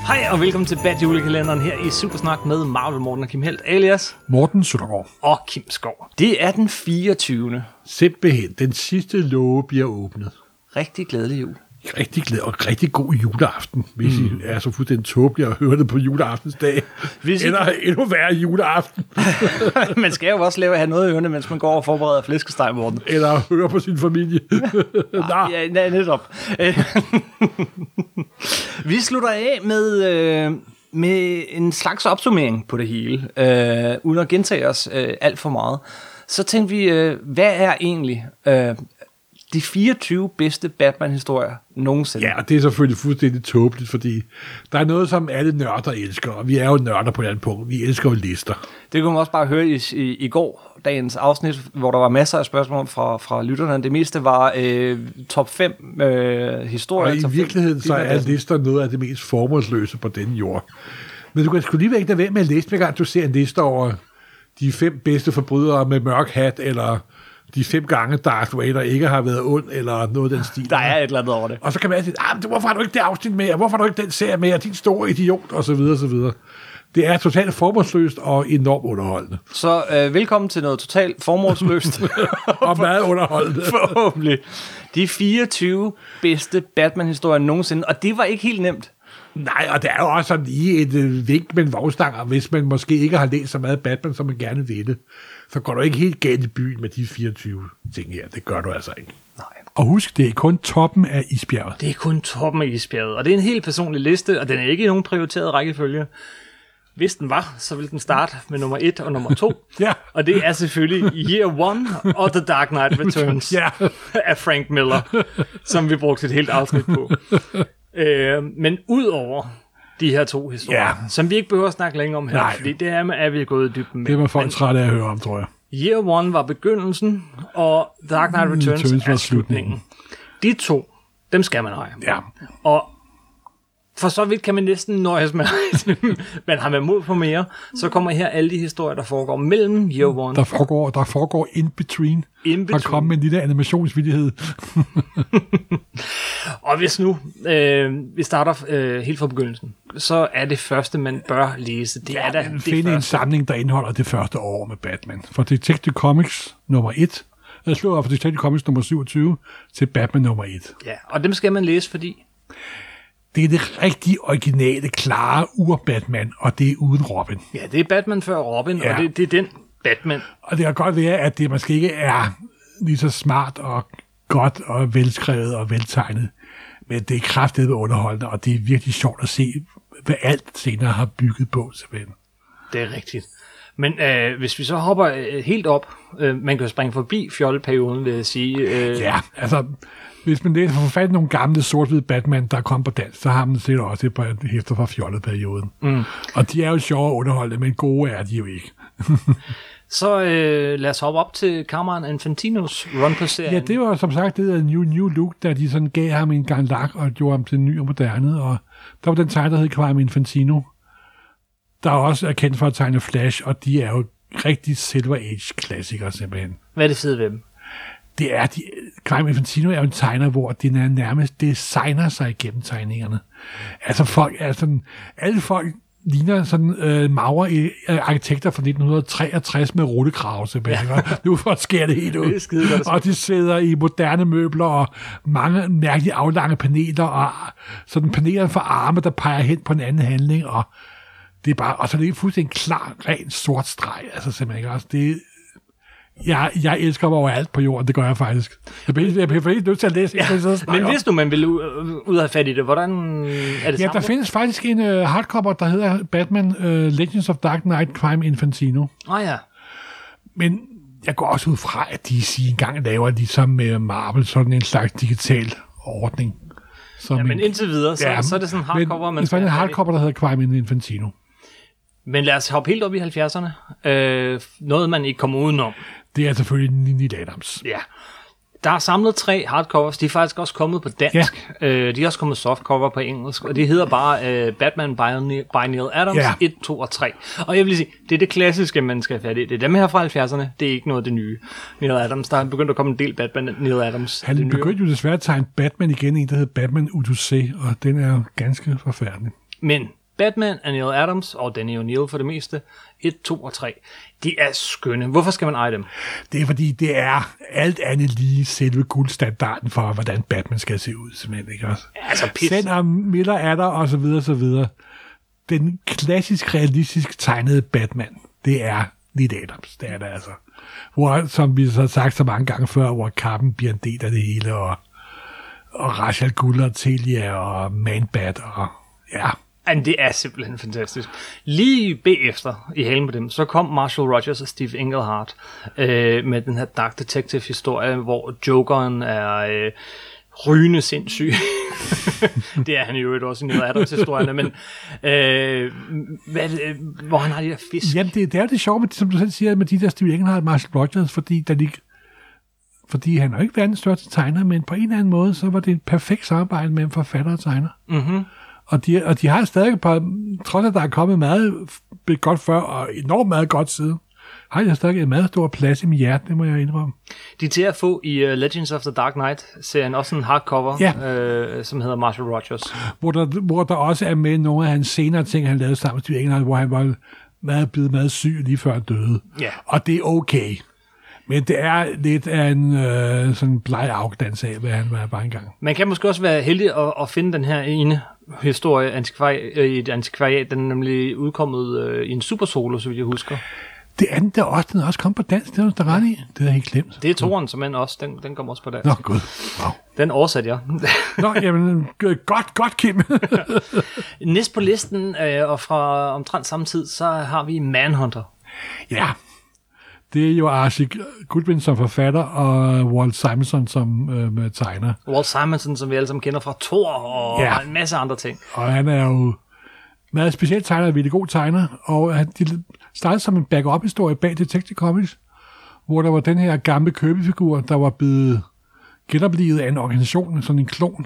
Hej og velkommen til Bat julekalenderen her i Supersnak med Marvel Morten og Kim Helt, alias Morten Søndergaard og Kim Skov. Det er den 24. Simpelthen, den sidste låge bliver åbnet. Rigtig glædelig jul. Rigtig glad og rigtig god juleaften, hvis I er så fuldstændig tåbelige at høre det på juleaftensdag. Eller endnu værre juleaften. Man skal jo også have noget i ørene, mens man går og forbereder flæskesteg, Morten. Eller høre på sin familie. Ja, netop. Vi slutter af med en slags opsummering på det hele, uden at gentage os alt for meget. Så tænkte vi, hvad er egentlig de 24 bedste Batman-historier nogensinde? Ja, og det er selvfølgelig fuldstændig tåbeligt, fordi der er noget, som alle nørder elsker, og vi er jo nørder på den punkt. Vi elsker jo lister. Det kunne man også bare høre i går, dagens afsnit, hvor der var masser af spørgsmål fra lytterne. Det meste var top 5 historier. Og i virkeligheden så er lister noget af det mest formålsløse på denne jord. Men du kan sgu lige væk være med at læse, hver gang du ser en liste over de 5 bedste forbrydere med mørk hat, eller de 5 gange Darth Vader ikke har været ond, eller noget af den stil. Der er et eller andet over det. Og så kan man sige, hvorfor har du ikke det afsnit med, og hvorfor har du ikke den serie med, og din store idiot, og så videre, og så videre. Det er totalt formålsløst og enormt underholdende. Så velkommen til noget totalt formålsløst. Og meget underholdende. Forhåbentlig. De 24 bedste Batman-historier nogensinde, og det var ikke helt nemt. Nej, og det er jo også sådan lige et vink med en vognstanger, hvis man måske ikke har læst så meget Batman, som man gerne vil. Så går du ikke helt galt i byen med de 24 ting her. Det gør du altså ikke. Nej. Og husk, det er kun toppen af isbjerget. Det er kun toppen af isbjerget, og det er en helt personlig liste, og den er ikke i nogen prioriteret rækkefølge. Hvis den var, så ville den starte med nummer 1 og nummer 2. Ja. Og det er selvfølgelig Year 1 og The Dark Knight Returns af Frank Miller, som vi brugte et helt afsnit på. Men udover de her 2 historier, som vi ikke behøver at snakke længere om her, fordi det er vi gået i dybden med. Det var folk trætte af at høre om, tror jeg. Year 1 var begyndelsen, og Dark Knight Returns er slutningen. De 2, dem skal man have. Ja. Og for så vidt kan man næsten nøjes med, men har man mod på mere, så kommer her alle de historier, der foregår mellem Year 1. Der foregår in between. Der kommer med en lille animationsvillighed. Og hvis nu vi starter helt fra begyndelsen, så er det første, man bør læse. Det er da det finde en samling, der indeholder det første år med Batman. Fra Detective Comics nummer 1, jeg slår op fra Detective Comics nummer 27 til Batman nummer 1. Ja, og dem skal man læse, fordi det er det rigtig originale, klare ur-Batman, og det er uden Robin. Ja, det er Batman før Robin, og det er den Batman. Og det kan godt være, at det måske ikke er lige så smart og godt og velskrevet og veltegnet, men det er kraftigt underholdende, og det er virkelig sjovt at se, hvad alt senere har bygget på, simpelthen. Det er rigtigt. Men hvis vi så hopper helt op, man kan jo springe forbi fjolleperioden, vil jeg sige. Ja, altså, hvis man læser for fat nogle gamle sort-hvide Batman, der kom på dansk, så har man set også et par hæfter fra fjolleperioden. Og de er jo sjove og underholdende, men gode er de jo ikke. Så lad os hoppe op til Carmine Infantinos run på serien. Ja, det var som sagt det der New Look, da de sådan gav ham en gang lak og gjorde ham til ny og moderne. Og der var den tegner, der hed Carmine Infantino, der også er kendt for at tegne Flash, og de er jo rigtig Silver Age-klassikere simpelthen. Hvad er det fede ved dem? Det er, Carmine Infantino er jo en tegner, hvor den er nærmest designer sig igennem tegningerne. Altså folk er sådan, alle folk ligner sådan magre arkitekter fra 1963 med rullekrav, simpelthen. Nu for at skære det helt ud. Og de sidder i moderne møbler og mange mærkelige aflange paneler, og sådan paneler for arme, der peger hen på en anden handling, og det er bare, og så er det fuldstændig klar, ren sort streg, altså simpelthen ikke. Altså, det jeg elsker mig overalt på jorden, det gør jeg faktisk. Jeg bliver helt nødt til at læse. Men hvis du man vil ud af fat i det, hvordan er det sammen? Der findes faktisk en hardcover, der hedder Batman Legends of Dark Knight Crime Infantino. Ja. Men jeg går også ud fra, at DC engang laver ligesom med Marvel sådan en slags digital ordning. Men indtil videre, så er det sådan en hardcover, man skal have. Det er en hardcover, der hedder Crime Infantino. Men lad os hoppe helt op i 70'erne. Noget, man ikke kommer udenom. Det er selvfølgelig Neil Adams. Ja. Der er samlet 3 hardcovers. De er faktisk også kommet på dansk. Ja. De er også kommet softcover på engelsk. Og det hedder bare Batman by Neil Adams 1, 2 og 3. Og jeg vil sige, det er det klassiske, man skal have fat i. Det er dem her fra 70'erne. Det er ikke noget af det nye. Neil Adams, der er begyndt at komme en del Batman Neil Adams. Han begyndte jo desværre at tegne Batman igen, en der hedder Batman Odyssey, og den er jo ganske forfærdelig. Men Batman af Neil Adams og Danny O'Neill for det meste. 1, 2 og 3. De er skønne. Hvorfor skal man eje dem? Det er fordi, det er alt andet lige selve guldstandarden for, hvordan Batman skal se ud, simpelthen, ikke også? Altså pis. Selvom Miller er der, og så videre, så videre. Den klassisk realistisk tegnede Batman, det er Neil Adams. Det er det altså. Hvor, som vi så har sagt så mange gange før, hvor kappen bliver en del af det hele, og Ra's al Ghul og Talia og Man-Bat, og ja. Men det er simpelthen fantastisk. Lige bagefter i halen på dem, så kom Marshall Rogers og Steve Englehart med den her Dark Detective-historie, hvor Jokeren er rygende sindssyg. Det er han jo også i Neil Adams-historierne, men hvor han har de der fisk. Jamen, det er jo det sjove, som du selv siger, med de der Steve Englehart og Marshall Rogers, fordi han har ikke været den største tegner, men på en eller anden måde, så var det et perfekt samarbejde mellem forfatter og tegner. Mhm. Og de har stadig et par, trods at der er kommet meget godt før, og enormt meget godt siden, har de stadig en meget stor plads i mit hjerte, det må jeg indrømme. De er til at få i Legends of the Dark Knight-serien også en hardcover, som hedder Marshall Rogers. Hvor der også er med nogle af hans senere ting, han lavede sammen med Steve Englehart, hvor han var blevet meget syg lige før han døde. Ja. Og det er okay. Men det er lidt af en sådan bleg afdans af, hvad han var bare engang. Man kan måske også være heldig at finde den her ene historie i et antikvariat. Den er nemlig udkommet i en super solo, så vidt jeg husker. Det andet der også, den er også kommet på dansk, det er der ret i. Det er helt glemt. Det er toren, som også, den kommer også på dansk. Nå, gud. Wow. Den oversatte jeg. Nå, jamen, godt, Kim. Næst på listen, og fra omtrent samme tid, så har vi Manhunter. Ja, det er jo Archie Goodwin som forfatter, og Walt Simonson som tegner. Walt Simonson, som vi alle sammen kender fra Thor, og en masse andre ting. Og han er jo meget specielt tegner, en virkelig god tegner, og de startede som en backup-historie bag Detective Comics, hvor der var den her gamle Kirby-figur, der var blevet genoplivet af en organisation, sådan en klon.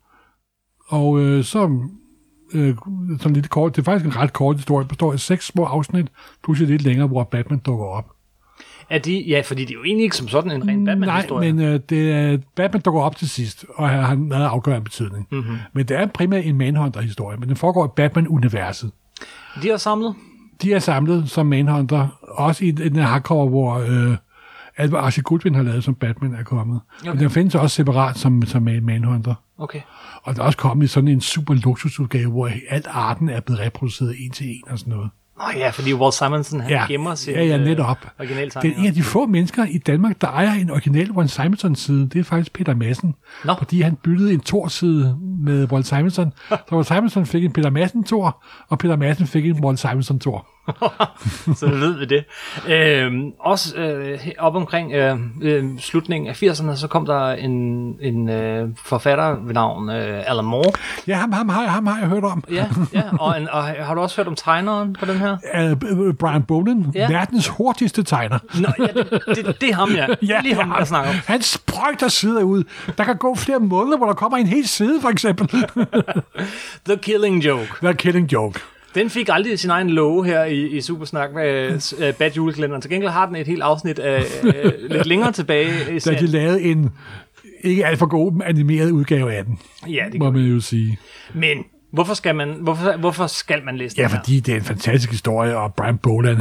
Og sådan lidt kort, det er faktisk en ret kort historie, det består af 6 små afsnit, plus lidt længere, hvor Batman dukker op. Er de, ja, fordi det er jo egentlig ikke som sådan en ren Batman-historie. Nej, men det er, Batman dukker op til sidst, og har en meget afgørende betydning. Mm-hmm. Men det er primært en Manhunter-historie, men den foregår i Batman-universet. De er samlet? De er samlet som Manhunter, også i den her hardcover, hvor alt hvad Archie Goodwin har lavet som Batman er kommet. Okay. Men den findes også separat som Manhunter. Okay. Og der er også kommet i sådan en super luksusudgave, hvor alt arten er blevet reproduceret en til en og sådan noget. Ja, fordi Walt Simonson, han gemmer sin originaltegning. Det er en af de få mennesker i Danmark, der ejer en original Walt Simonson-side. Det er faktisk Peter Madsen. Fordi han byttede en Thor-side med Walt Simonson. Så Walt Simonson fik en Peter Madsen-Thor, og Peter Madsen fik en Walt Simonson-Thor. Så ved vi det. Også op omkring slutningen af 80'erne, så kom der en forfatter ved navn Alan Moore. Ja, ham har jeg hørt om. Ja, og har du også hørt om tegneren på den her? Brian Boland, verdens hurtigste tegner. Nå, det er ham, ja. Det er lige ham, jeg snakker om. Han sprøjter sider ud. Der kan gå flere måneder, hvor der kommer en hel side, for eksempel. The Killing Joke. Den fik aldrig sin egen logo her i Supersnak med Bad Julekalenderen. Til gengæld har den et helt afsnit lidt længere tilbage. Da de lavede en ikke alt for god animeret udgave af den, det må man jo sige. Men hvorfor skal man læse den her? Ja, fordi det er en fantastisk historie, og Brian Boland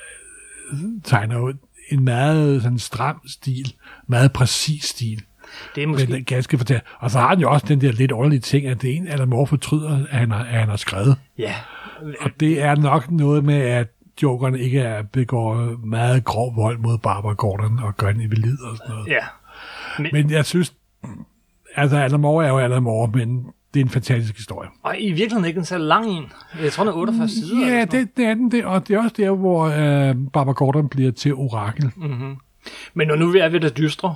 tegner jo en meget sådan stram stil, meget præcis stil. Det er måske... Men ganske fortalt. Og så har han jo også den der lidt underlige ting, at det er en Alan Moore fortryder, at han har skrevet. Ja. Og det er nok noget med, at Jokeren ikke begår meget grov vold mod Barbara Gordon og gør den invalid og sådan noget. Ja. Men jeg synes, altså Alan Moore er jo Alan Moore, men det er en fantastisk historie. Og i virkeligheden ikke en så lang en. Jeg tror, den er 48 sider. Ja, det er den, og det er også der, hvor Barbara Gordon bliver til orakel. Mm-hmm. Men når nu vi er ved det dystre,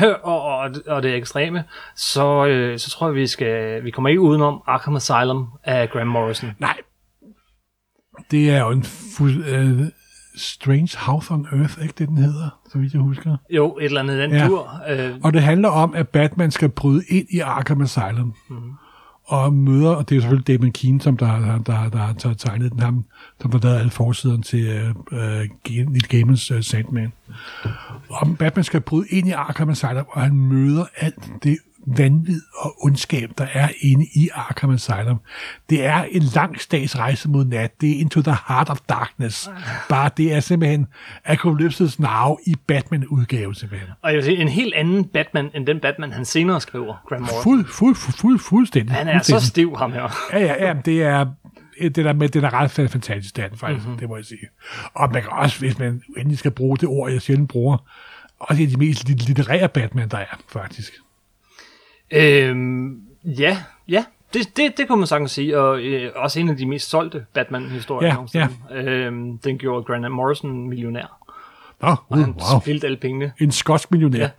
og det ekstreme, så tror jeg, vi kommer ikke udenom Arkham Asylum af Grant Morrison. Nej. Det er jo en Strange House on Earth, ikke det, den hedder, så vidt jeg husker? Jo, et eller andet den tur. Og det handler om, at Batman skal bryde ind i Arkham Asylum. Mm-hmm. Og møder, og det er jo selvfølgelig Damon Keene, som der har tegnet den ham, som har lavet alle forsiderne til Neil Gaimans Sandman. Og Batman skal bryde ind i Arkham Asylum, og han møder alt det vanvid og ondskab, der er inde i Arkham Asylum. Det er en lang stagsrejse mod nat. Det er Into the Heart of Darkness. Bare det er simpelthen Apocalypse Now i Batman-udgave, simpelthen. Og jeg vil sige, en helt anden Batman, end den Batman, han senere skriver, Grant Morrison. Fuldstændig. Han er så stiv, ham her. Ja, det er... Det er ret fantastisk, det er det faktisk, det må jeg sige. Og man kan også, hvis man endelig skal bruge det ord, jeg sjældent bruger, også de mest litterære Batman, der er, faktisk. Ja, det kunne man sagtens sige, og også en af de mest solgte Batman-historier. Ja. Den gjorde Grant Morrison millionær. Og han spildte alle pengene. En skotsk millionær.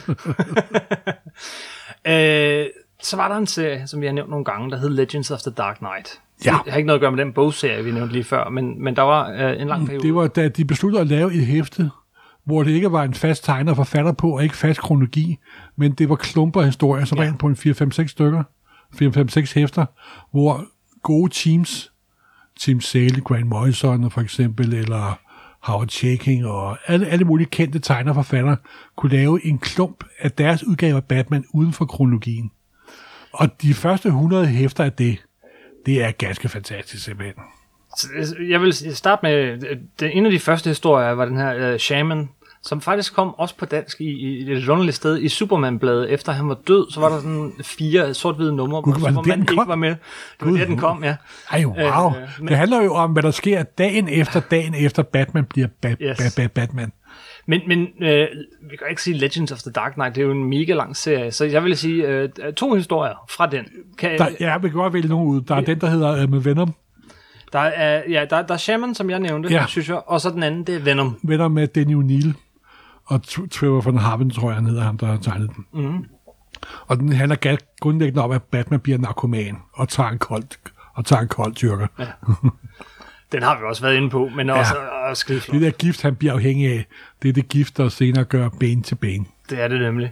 Ja. Så var der en serie, som vi har nævnt nogle gange, der hed Legends of the Dark Knight. Ja. Det har ikke noget at gøre med den bogserie, vi nævnte lige før, men der var en lang periode. Det var, da de besluttede at lave et hæfte, hvor det ikke var en fast tegner og forfatter på, og ikke fast kronologi, men det var klumper af historier, som var på en 4-5-6 stykker, 4-5-6 hæfter, hvor gode teams, Tim Sale, Grant Morrison for eksempel, eller Howard Chaykin og alle mulige kendte tegner og forfattere, kunne lave en klump af deres udgave af Batman uden for kronologien. Og de første 100 hæfter af det er ganske fantastisk simpelthen. Jeg vil starte med, en af de første historier var den her Shaman, som faktisk kom også på dansk i et underligt sted i Superman-bladet. Efter han var død, så var der sådan 4 sort-hvide numre, hvor Superman ikke var med. Det var der, den kom, ja. Ej, wow. Det handler jo om, hvad der sker dagen efter Batman bliver Batman. Men vi kan ikke sige Legends of the Dark Knight, det er jo en mega lang serie, så jeg vil sige 2 historier fra den. Vi kan godt vælge nogle ud. Der er den, der hedder med Venom. Der er Shaman, som jeg nævnte, synes jeg, og så den anden, det er Venom. Venom med Danny O'Neill og Trevor von Harpen, tror jeg, han hedder ham, der har tegnet den. Mm-hmm. Og den handler grundlæggende om, at Batman bliver narkoman og tager en kold tyrker. Ja. Den har vi også været inde på, men også skideflot. Det der gift, han bliver afhængig af, det er det gift, der senere gør ben til ben. Det er det nemlig.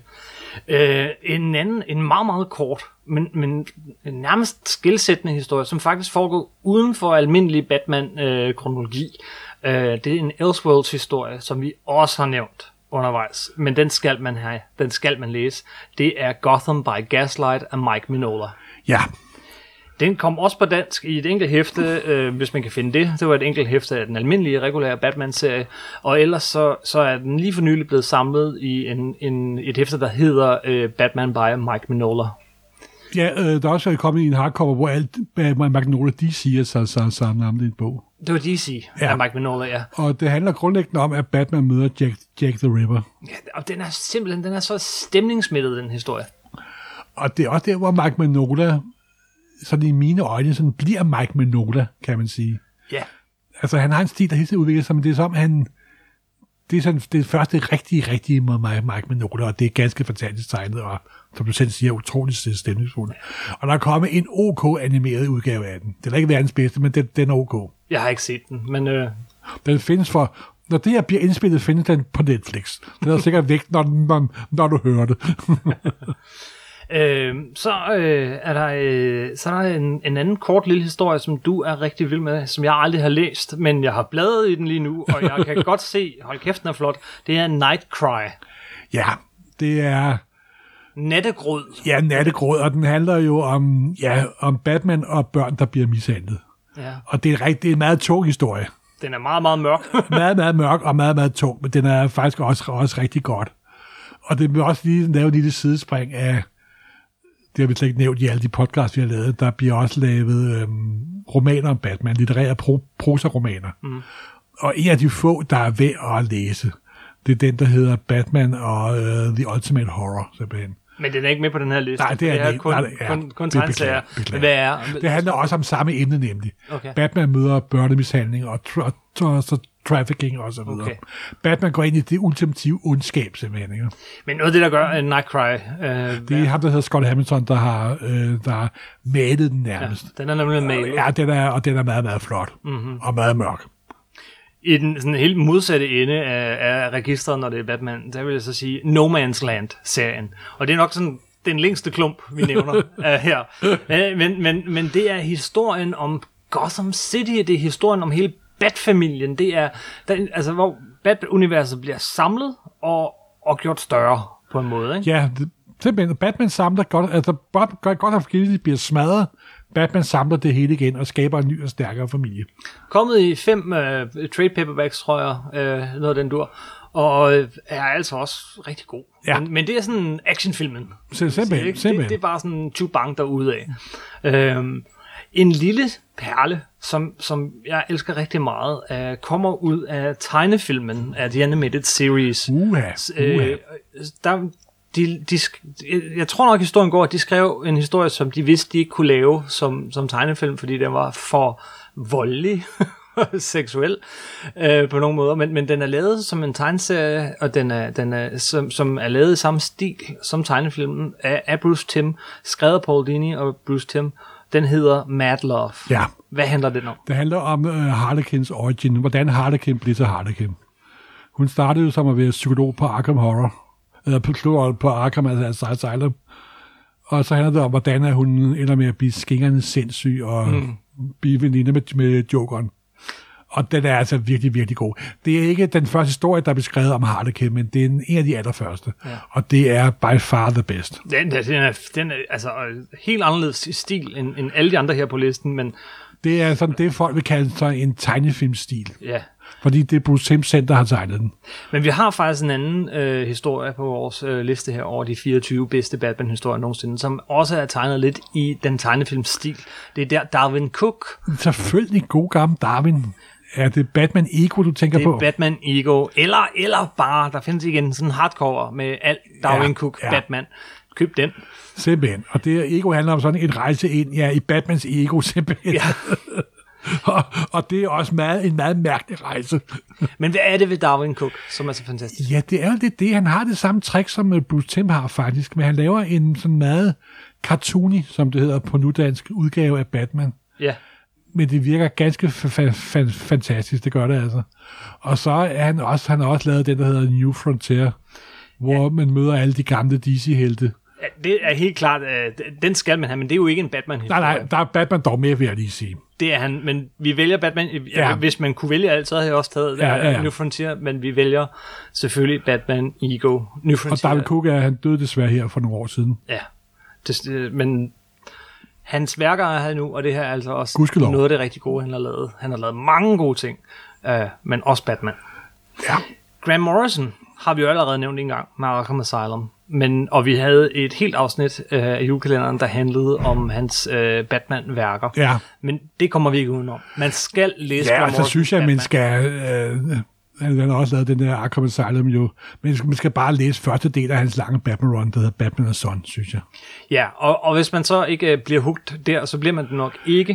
En meget, meget kort, men nærmest skelsættende historie, som faktisk foregår uden for almindelig Batman-kronologi. Det er en Elseworlds-historie, som vi også har nævnt undervejs, men den skal man have, den skal man læse. Det er Gotham by Gaslight af Mike Mignola. Ja. Den kom også på dansk i et enkelt hæfte, hvis man kan finde det. Det var et enkelt hæfte af den almindelige, regulære Batman-serie. Og ellers så er den lige for nylig blevet samlet i et hæfte, der hedder Batman by Mike Mignola. Ja, der er også kommet i en hardcover, hvor alt Mike Mignola DC er så navnet i en bog. Det var DC af Mike Mignola, ja. Og det handler grundlæggende om, at Batman møder Jack the Ripper. Ja, og den er simpelthen, den er så stemningsmættet, den historie. Og det er også der, hvor Mike Mignola, sådan i mine øjne, sådan bliver Mike Mignola, kan man sige. Ja. Altså, han har en stil, der hele tiden udvikler sig, men det er som, det er sådan det første rigtige Mike Mignola, og det er ganske fantastisk tegnet, og som du selv siger, utroligt stemningsfuldt. Og der er kommet en OK-animeret udgave af den. Det er ikke verdens bedste, men den er OK. Jeg har ikke set den, men... Den findes når det her bliver indspillet, findes den på Netflix. Den er sikkert væk, når du hører det. Så er der en anden kort lille historie, som du er rigtig vild med, som jeg aldrig har læst, men jeg har bladret i den lige nu, og jeg kan godt se, hold kæft, den er flot. Det er Nightcry. Ja, det er... Nattegrød. Ja, Nattegrød, og den handler jo om Batman og børn, der bliver mishandlet. Ja. Og det er en meget tung historie. Den er meget, meget mørk. meget, meget mørk og meget, meget tung, men den er faktisk også rigtig godt. Og det vil også lige lave et lille sidespring af, det har vi slet ikke nævnt i alle de podcasts, vi har lavet, der bliver også lavet romaner om Batman, litterære prosa-romaner. Mm. Og en af de få, der er værd at læse, det er den, der hedder Batman og The Ultimate Horror, simpelthen. Men den er ikke med på den her liste. Nej, det er kun tegneserier. Det handler også om samme emne, nemlig. Okay. Batman møder børnemishandling og trafficking og så videre. Okay. Batman går ind i det ultimative ondskab, simpelthen. Ikke? Men noget af det, der gør Nightcry... det er ham, der hedder Scott Hamilton, der har malet den nærmest. Ja, den er nemlig malet. Ja, den er meget, meget flot. Mm-hmm. Og meget mørk. I den sådan helt modsatte ende af registret, når det er Batman, der vil jeg så sige No Man's Land-serien. Og det er nok sådan den længste klump, vi nævner her. Men det er historien om Gotham City, det er historien om hele Bat-familien. Det er, altså, hvor Bat-universet bliver samlet og gjort større på en måde. Ikke? Ja, Simpelthen, Batman samler godt, altså godt of Guilty bliver smadret, Batman samler det hele igen og skaber en ny og stærkere familie. Kommet i 5 trade paperbacks, tror jeg, noget af den dur, og er altså også rigtig god. Ja. Men det er sådan actionfilmen. Simpelthen. Det er bare sådan 20 bang derude af. En lille perle, som jeg elsker rigtig meget, kommer ud af tegnefilmen af The Animated Series. Jeg tror nok, historien går, at de skrev en historie, som de vidste, de ikke kunne lave som tegnefilm, fordi den var for voldelig seksuel på nogle måder, men den er lavet som en tegneserie, og den er som er lavet i samme stil som tegnefilmen af Bruce Timm, skrevet af Paul Dini og Bruce Timm. Den hedder Mad Love. Ja. Hvad handler det om? Det handler om Harlequins origin, hvordan Harlequin blev til Harlequin. Hun startede jo som at være psykolog på Arkham Horror, eller på Arkham Asylum, og så handler det om, hvordan hun ender med at blive skingerne sindssyg og blive veninde med Jokeren. Og den er altså virkelig, virkelig god. Det er ikke den første historie, der er beskrevet om Harlequin, men det er en af de allerførste. Ja. Og det er by far the best. Den er altså helt anderledes i stil end alle de andre her på listen, men... Det er sådan det, folk vil kalde sådan en tegnefilmstil. Ja. Fordi det er Bruce Timm selv, der har tegnet den. Men vi har faktisk en anden historie på vores liste her over de 24 bedste Batman-historier nogensinde, som også er tegnet lidt i den tegnefilmstil. Det er der Darwyn Cooke. Selvfølgelig god gammel Darwin. Er det Batman Ego, du tænker på? Det er Batman Ego, eller bare, der findes igen sådan en hardcover med alt Darwyn Cooke Batman. Køb den. Simpelthen. Og det Ego handler om sådan et rejse ind i Batmans ego, simpelthen. Ja. og det er også en meget mærkelig rejse. Men hvad er det ved Darwyn Cooke, som er så fantastisk? Ja, det er det. Han har det samme trick, som Bruce Timm har faktisk, men han laver en sådan meget cartoony, som det hedder på nudansk, udgave af Batman. Ja. Men det virker ganske fantastisk, det gør det altså. Og så er han har også lavet den, der hedder New Frontier, hvor man møder alle de gamle DC-helte. Ja, det er helt klart, den skal man have, men det er jo ikke en Batman-historie. Nej, der er Batman dog mere, vil jeg lige sige. Det er han, men vi vælger Batman, hvis man kunne vælge alt, så havde jeg også taget New Frontier, men vi vælger selvfølgelig Batman Ego, New Frontier. Og Darwyn Cooke, han døde desværre her for nogle år siden. Ja, men hans værker er her nu, og det her er altså også Gudskelov. Noget af det rigtig gode, han har lavet. Han har lavet mange gode ting, men også Batman. Ja. Grant Morrison har vi jo allerede nævnt en gang med Arkham Asylum, og vi havde et helt afsnit af julekalenderen, der handlede om hans Batman-værker. Ja. Men det kommer vi ikke udenom. Man skal læse Grant Morrison. Ja, så synes jeg, at man skal... Han har også lavet den der Arkham Asylum jo. Men man skal bare læse første del af hans lange Batman-run, der hedder Batman og Son, synes jeg. Ja, og hvis man så ikke bliver hugt der, så bliver man det nok ikke.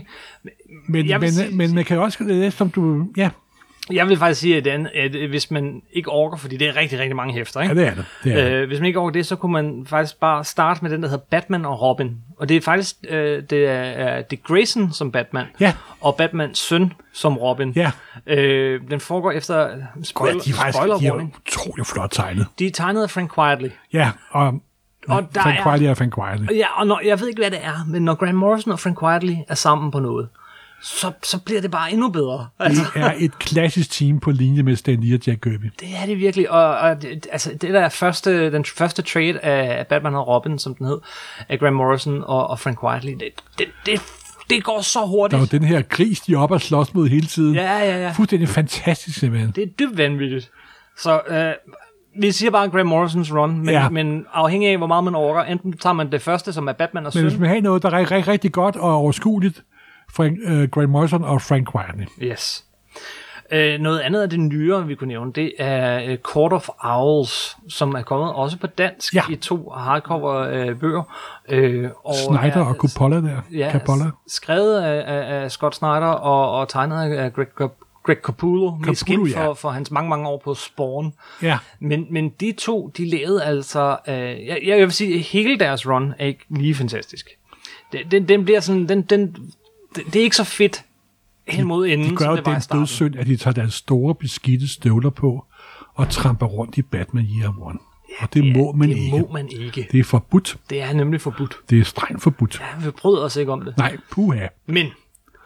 Men man kan også læse, som du... Ja. Jeg vil faktisk sige, at hvis man ikke orker, fordi det er rigtig, rigtig mange hæfter, ikke? Ja, det er det. Hvis man ikke orker det, så kunne man faktisk bare starte med den, der hedder Batman og Robin. Og det er faktisk det er Dick Grayson som Batman, og Batmans søn som Robin. Ja. Den foregår efter spoiler-warning. De er utrolig flot tegnet. De er tegnet af Frank Quitely. Ja, og Frank Quitely er Frank Quitely. Ja, og jeg ved ikke, hvad det er, men når Grant Morrison og Frank Quitely er sammen på noget, så bliver det bare endnu bedre. Altså. Det er et klassisk team på linje med Stan Lee og Jack Kirby. Det er det virkelig, og altså, det der er den første trade af Batman og Robin, som den hed, af Grant Morrison og Frank Quitely, det går så hurtigt. Der var den her gris, de er oppe og slås mod hele tiden. Ja. Fuldstændig fantastisk, simpelthen. Det er dybt vanvittigt. Så vi siger bare Grant Morrisons run, men afhængig af, hvor meget man orker, enten tager man det første, som er Batman og søn. Men hvis man har noget, der er rigtig godt og overskueligt, Grant Morrison og Frank Quitely. Yes. Noget andet af det nyere, vi kunne nævne, det er Court of Owls, som er kommet også på dansk i 2 hardcover bøger. Snyder og Coppola der. Ja, skrevet af Scott Snyder og tegnet af Greg Capullo, mest kendt for hans mange år på Spawn. Ja. Men de to, de lavede altså... jeg vil sige, at hele deres run er ikke lige fantastisk. Den bliver sådan... Det er ikke så fedt hen mod enden, de gør som det var i starten. Dødssynd, at de tager deres store beskidte støvler på og tramper rundt i Batman Year One. Ja, og det må man ikke. Det er forbudt. Det er nemlig forbudt. Det er strengt forbudt. Ja, vi prøvede os ikke om det. Nej, puha. Men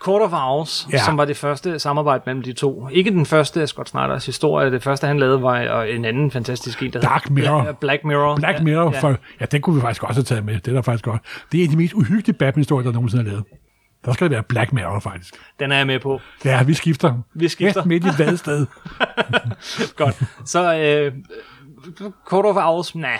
Court of Owls, som var det første samarbejde mellem de to. Ikke den første af Scott Snyders historie. Det første, han lavede, var en anden fantastisk en, der Dark Mirror. Black Mirror. Black Mirror, den kunne vi faktisk også have taget med. Det er da faktisk godt. Det er en af de mest uhyggelige Batman-historier, der nogensinde er lavet. Der skal det være Black Mirror, faktisk. Den er jeg med på. Ja, vi skifter. Vest midt i et vadested. Godt. Så Court of Owls, nej,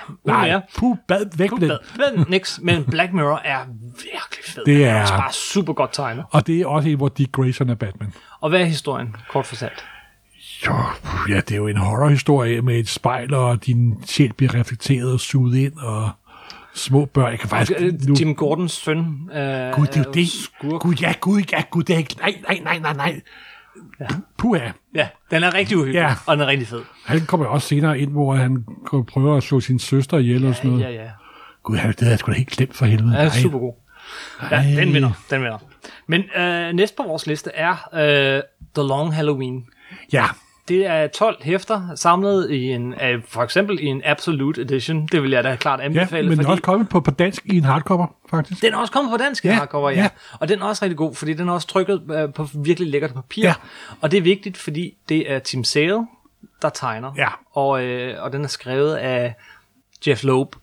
væk med den. Niks, men Black Mirror er virkelig fed. Det er også bare super godt tegnet. Og det er også en, hvor Dick Grayson er Batman. Og hvad er historien, kort fortalt? Ja, det er jo en horrorhistorie med et spejl, og din sjæl bliver reflekteret og suget ind, og små børn. Jeg kan faktisk Jim Gordons søn. Gud, det er jo det. Skurk. Gud, det er ikke. Nej. Ja. Puha. Ja, den er rigtig uhyggelig, og den er rigtig fed. Han kommer også senere ind, hvor han prøver at slå sin søster ihjel og sådan noget. Ja. Gud, det er sgu da helt glemt for helvede. Ja, super god. Ja, den vinder. Men næste på vores liste er The Long Halloween. Ja. Det er 12 hæfter, samlet i for eksempel i en Absolute Edition. Det vil jeg da klart anbefale. Ja, men den er også kommet på dansk i en hardcover, faktisk. Den er også kommet på dansk i en hardcover, ja. Og den er også rigtig god, fordi den er også trykket på virkelig lækkert papir. Ja. Og det er vigtigt, fordi det er Tim Sale, der tegner. Ja. Og den er skrevet af Jeff Loeb.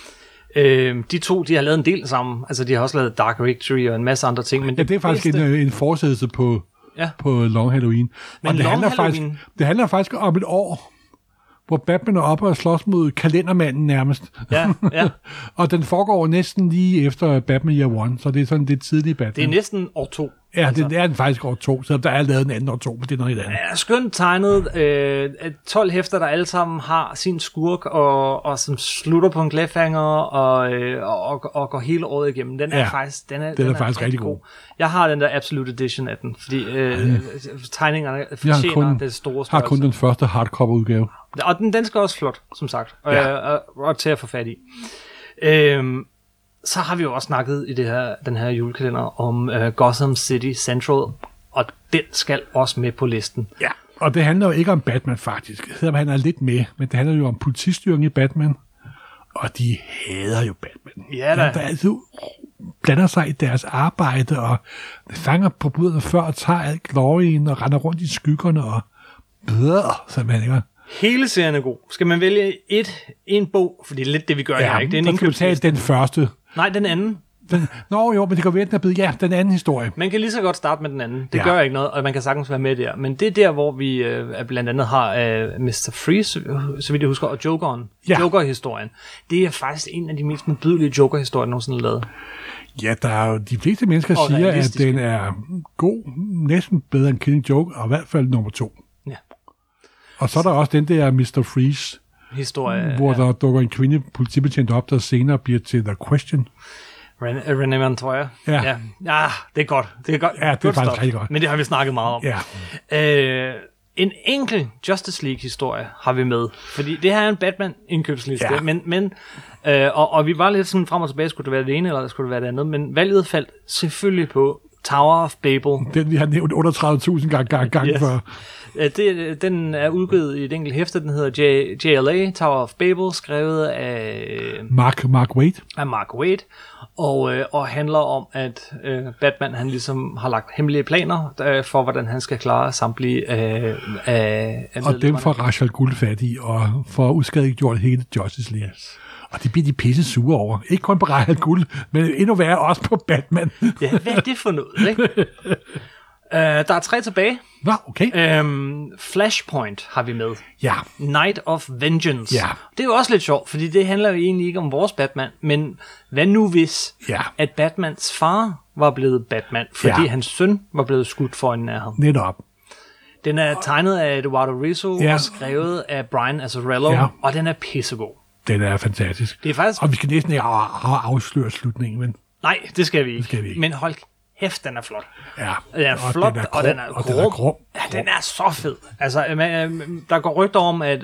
De to, de har lavet en del sammen. Altså, de har også lavet Dark Victory og en masse andre ting. Men det er faktisk en forsættelse på Long Halloween. Men og det handler faktisk om et år, hvor Batman er oppe og slås mod kalendermanden nærmest. Ja. Og den foregår næsten lige efter Batman Year One, så det er sådan det tidlige Batman. Det er næsten år 2. Ja, altså. Det er den faktisk år 2, så der er lavet en anden år 2, men det er noget andet. Ja, skønt tegnet. 12 hæfter, der alle sammen har sin skurk, og som slutter på en cliffhanger, og går hele året igennem. Den er faktisk, den er faktisk rigtig god. Jeg har den der Absolute Edition af den, fordi tegningerne fortjener det store størrelse. Jeg har kun den første hardcover udgave. Og den skal også flot, som sagt, og til at få fat i. Så har vi jo også snakket i den her julekalender om Gotham City Central, og den skal også med på listen. Ja, og det handler jo ikke om Batman faktisk. Selvom han er lidt med, men det handler jo om politistyring i Batman, og de hader jo Batman. Ja da. Der altid blander sig i deres arbejde, og fanger forbryderne før og tager alt glorien og render rundt i skyggerne og som man ikke. Hele serien er god. Skal man vælge en bog, for det er lidt det, vi gør her, ikke? Det er en indkøbsliste. Den første. Nej, den anden. Men det kan være, den er blevet, den anden historie. Man kan lige så godt starte med den anden. Det gør ikke noget, og man kan sagtens være med der. Men det er der, hvor vi blandt andet har Mr. Freeze, så vidt jeg husker, og Jokeren. Joker-historien. Det er faktisk en af de mest modbydelige Joker-historier, nogensinde lavet. Ja, der er jo de fleste mennesker siger, at den er god, næsten bedre end Killing Joke, og i hvert fald nummer 2. Ja. Og så er der også den der Mr. Freeze historie, hvor der dukker en kvinde politibetjent op, der senere bliver til The Question. René Montoya. Ja, det er godt. Ja, det er faktisk rigtig godt. Men det har vi snakket meget om. Ja. En enkelt Justice League-historie har vi med, fordi det her er en Batman-indkøbsliste, men og vi var lidt sådan frem og tilbage, skulle det være det ene, eller skulle det være det andet, men valget faldt selvfølgelig på Tower of Babel. Den vi har nævnt 38.000 gange før. Den er udgivet i et enkelt hæfte, den hedder JLA, Tower of Babel, skrevet af Mark Waid. Af Mark Waid, og handler om, at Batman han ligesom har lagt hemmelige planer for, hvordan han skal klare samtlige af og dem får Rachel Gould fat i, og får uskadeliggjort hele Justice League. Yes. Og det bliver de pisse sure over. Ikke kun på Rachel Gould, men endnu værre også på Batman. Ja, hvad er det for noget, ikke? Der er 3 tilbage. Nå, okay. Flashpoint har vi med. Ja. Night of Vengeance. Ja. Det er jo også lidt sjovt, fordi det handler jo egentlig ikke om vores Batman, men hvad nu hvis, at Batmans far var blevet Batman, fordi hans søn var blevet skudt foran af ham. Netop. Den er tegnet af Eduardo Rizzo og skrevet af Brian Azzarello, og den er pissegod. Den er fantastisk. Det er faktisk... Og vi skal næsten ikke afsløre slutningen, men... Nej, det skal vi ikke. Men hold kæft, den er flot. Ja. Den er flot, og den er grum. Ja, den er så fed. Altså, der går rygter om, at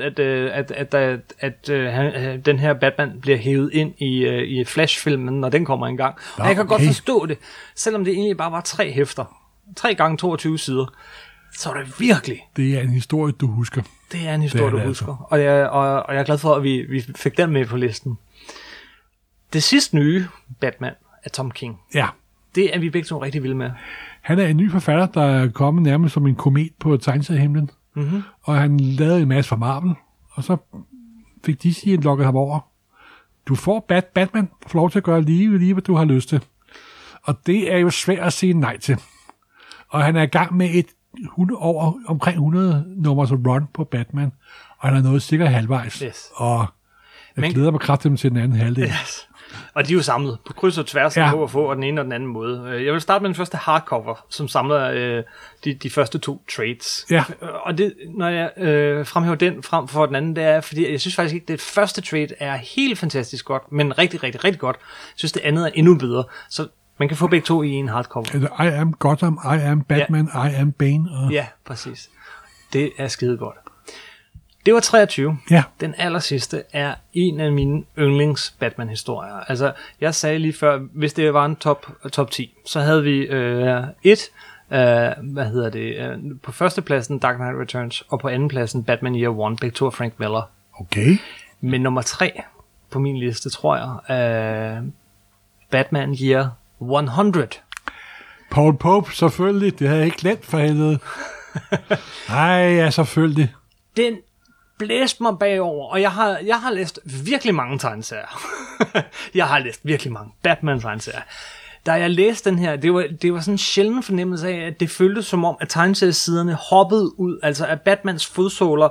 den her Batman bliver hævet ind i Flash-filmen, når den kommer engang. Og jeg kan godt forstå det, selvom det egentlig bare var 3 hæfter. 3 gange 22 sider. Så er det virkelig. Det er en historie, du husker. Det er en historie, du husker. Og jeg er glad for, at vi fik den med på listen. Det sidste nye Batman af Tom King. Ja. Det er vi begge to rigtig vilde med. Han er en ny forfatter, der er kommet nærmest som en komet på tegneseriehimlen. Mm-hmm. Og han lavede en masse fra Marvel, og så fik DC lukket ham over. Du får Batman, får lov til at gøre lige hvad du har lyst til. Og det er jo svært at sige nej til. Og han er i gang med omkring 100 nummers run på Batman, og han er nået sikkert halvvejs. Yes. Og jeg glæder mig kraftigt til den anden halvdel. Yes. Og de er jo samlet på kryds og tværs på at få den ene og den anden måde. Jeg vil starte med den første hardcover, som samler de første 2 trades. Ja. Og det, når jeg fremhæver den frem for den anden, det er, fordi jeg synes faktisk ikke, det første trade er helt fantastisk godt, men rigtig, rigtig, rigtig godt. Jeg synes, det andet er endnu bedre. Så man kan få begge 2 i en hardcover. I am Gotham, I am Batman, I am Bane. Ja, præcis. Det er skide godt. Det var 23. Ja. Den allersidste er en af mine yndlings Batman-historier. Altså, jeg sagde lige før, hvis det var en top 10, så havde vi på førstepladsen Dark Knight Returns, og på andenpladsen Batman Year One, begge 2 af Frank Miller. Okay. Men nummer 3 på min liste, tror jeg, Batman Year 100. Paul Pope, selvfølgelig. Det havde jeg ikke glemt for helvede. Nej, ja, selvfølgelig. Den blæste mig bagover, og jeg har læst virkelig mange tegneserier. Jeg har læst virkelig mange Batman-tegneserier. Da jeg læste den her, det var sådan en sjælden fornemmelse af, at det føltes som om, at tegneseriesiderne hoppede ud, altså at Batmans fodsåler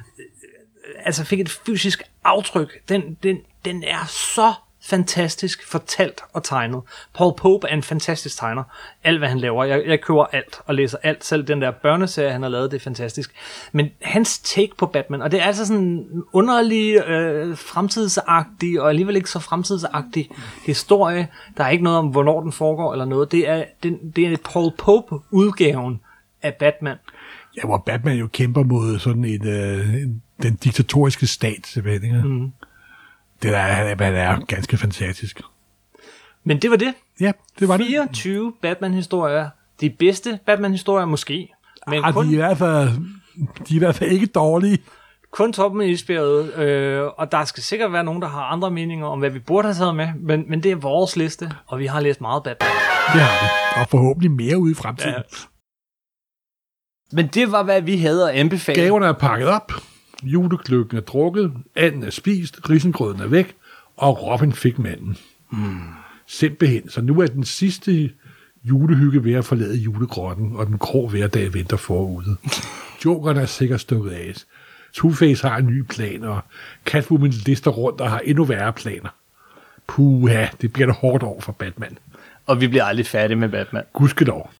altså fik et fysisk aftryk. Den er så fantastisk fortalt og tegnet. Paul Pope er en fantastisk tegner. Alt, hvad han laver. Jeg køber alt og læser alt. Selv den der børneserie, han har lavet, det er fantastisk. Men hans take på Batman, og det er altså sådan en underlig, fremtidsagtig, og alligevel ikke så fremtidsagtig historie. Der er ikke noget om, hvornår den foregår eller noget. Det er Paul Pope-udgaven af Batman. Ja, hvor Batman jo kæmper mod sådan den diktatoriske stat, simpelthen. Mm. Det er ganske fantastisk. Men det var det. Ja, det var 24 Batman-historier. De bedste Batman-historier måske. Men kun, de er i hvert fald ikke dårlige. Kun toppen af isbjerget. Og der skal sikkert være nogen, der har andre meninger om, hvad vi burde have taget med. Men det er vores liste, og vi har læst meget Batman. Det har vi. Og forhåbentlig mere ude i fremtiden. Ja. Men det var, hvad vi havde at anbefale. Gaverne er pakket op. Julegløggen er drukket, anden er spist, risengrøden er væk, og Robin fik manden. Simpelthen. Så nu er den sidste julehygge ved at forlade julegrotten, og den grå hverdag venter forude. Jokeren er sikkert stukket af. Two-Face har en ny plan, og Catwoman lister rundt og har endnu værre planer. Puha, det bliver da hårdt over for Batman. Og vi bliver aldrig færdige med Batman. Gudskelov.